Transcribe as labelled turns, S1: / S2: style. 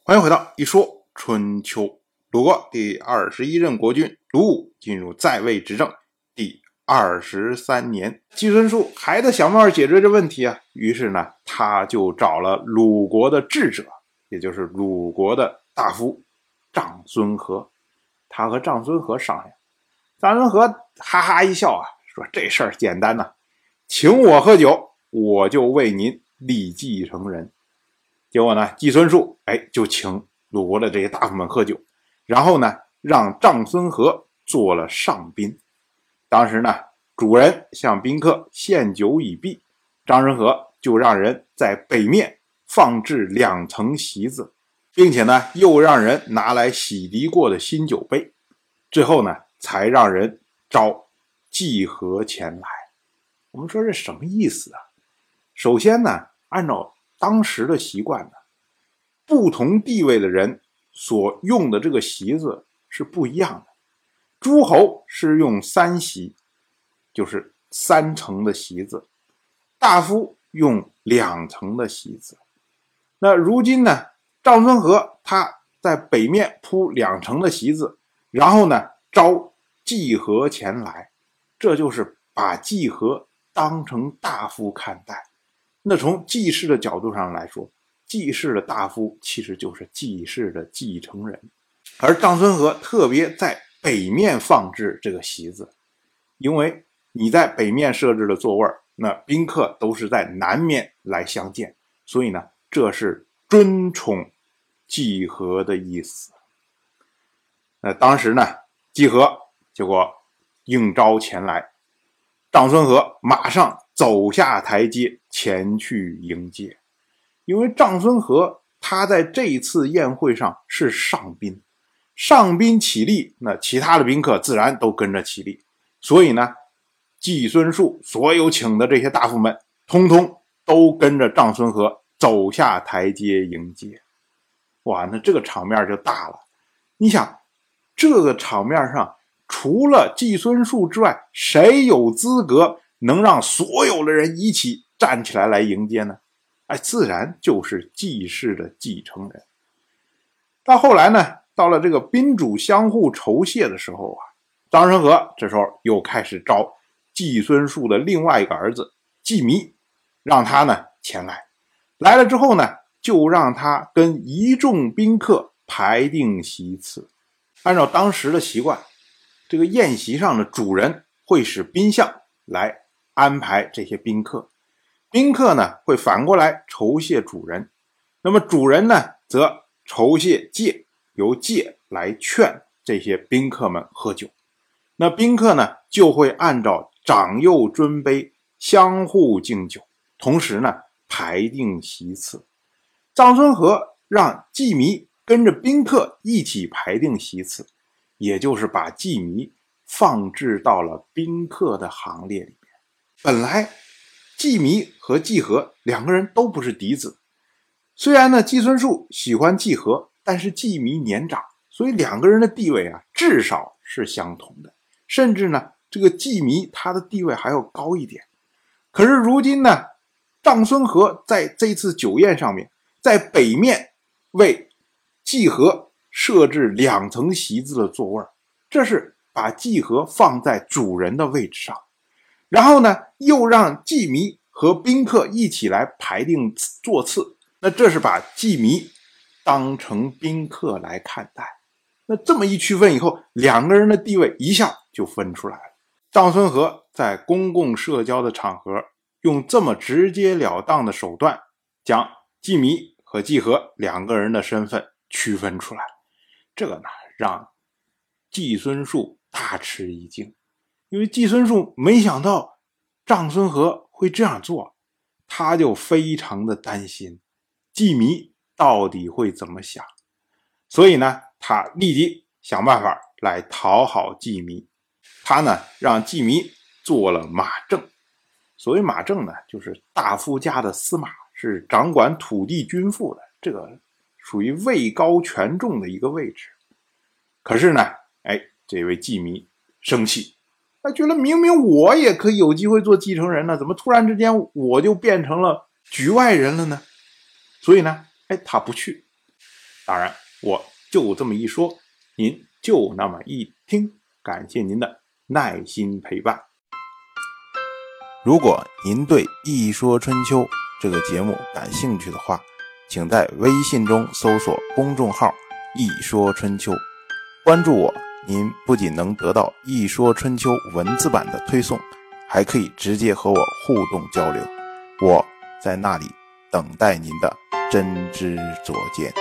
S1: 欢迎回到一说春秋。鲁国第21任国君鲁武进入在位执政第23年，季孙树还得想办法解决这问题啊。于是呢，他就找了鲁国的智者，也就是鲁国的大夫长孙和。他和长孙和商量，长孙和哈哈一笑啊，说这事儿简单呐，请我喝酒，我就为您立继承人。结果呢，季孙树就请鲁国的这些大夫们喝酒，然后呢，让长孙和做了上宾。当时呢，主人向宾客献酒已毕，长孙和就让人在北面放置2层席子，并且呢，又让人拿来洗涤过的新酒杯，最后呢，才让人招季和前来。我们说这什么意思啊？首先呢，按照当时的习惯呢，不同地位的人所用的这个席子是不一样的。诸侯是用3席，就是3层的席子，大夫用2层的席子。那如今呢，长孙和他在北面铺2层的席子，然后呢，招季和前来，这就是把季和当成大夫看待。那从季氏的角度上来说，季氏的大夫其实就是季氏的继承人。而长孙和特别在北面放置这个席子，因为你在北面设置的座位，那宾客都是在南面来相见，所以呢，这是尊崇季和的意思。那当时呢，季和结果应召前来，长孙和马上走下台阶前去迎接。因为长孙和他在这一次宴会上是上宾，上宾起立，那其他的宾客自然都跟着起立，所以呢，季孙树所有请的这些大夫们通通都跟着长孙和走下台阶迎接。哇，那这个场面就大了。你想，这个场面上除了季孙树之外，谁有资格能让所有的人一起站起来迎接呢？自然就是季氏的继承人。到后来呢，到了这个宾主相互酬谢的时候啊，长孙和这时候又开始招季孙树的另外一个儿子季弥，让他呢前来。来了之后呢，就让他跟一众宾客排定席次。按照当时的习惯，这个宴席上的主人会使宾相来安排这些宾客，宾客呢会反过来酬谢主人，那么主人呢则酬谢介，由介来劝这些宾客们喝酒。那宾客呢就会按照长幼尊卑相互敬酒，同时呢排定席次。长孙和让季弥跟着宾客一起排定席次，也就是把季弥放置到了宾客的行列里面。本来季弥和季和2个人都不是嫡子，虽然呢季孙树喜欢季和，但是季弥年长，所以2个人的地位啊至少是相同的，甚至呢这个季弥他的地位还要高一点。可是如今呢，长孙和在这次酒宴上面，在北面为季和设置2层席子的座位，这是把季和放在主人的位置上，然后呢又让季弥和宾客一起来排定座次，那这是把季弥当成宾客来看待。那这么一区分以后，2个人的地位一下就分出来了。长孙和在公共社交的场合用这么直截了当的手段将季弥和季和2个人的身份区分出来，这个呢让季孙树大吃一惊。因为季孙树没想到长孙和会这样做，他就非常的担心季弥到底会怎么想，所以呢他立即想办法来讨好季弥。他呢让季弥做了马正。所谓马正呢，就是大夫家的司马，是掌管土地军赋的，这个属于位高权重的一个位置。可是呢这位季弥生气，他觉得明明我也可以有机会做继承人呢，怎么突然之间我就变成了局外人了呢？所以呢他不去。 当然我就这么一说，您就那么一听，感谢您的耐心陪伴。如果您对《一说春秋》这个节目感兴趣的话，请在微信中搜索公众号“一说春秋”，关注我，您不仅能得到《一说春秋》文字版的推送，还可以直接和我互动交流。我在那里等待您的真知灼见。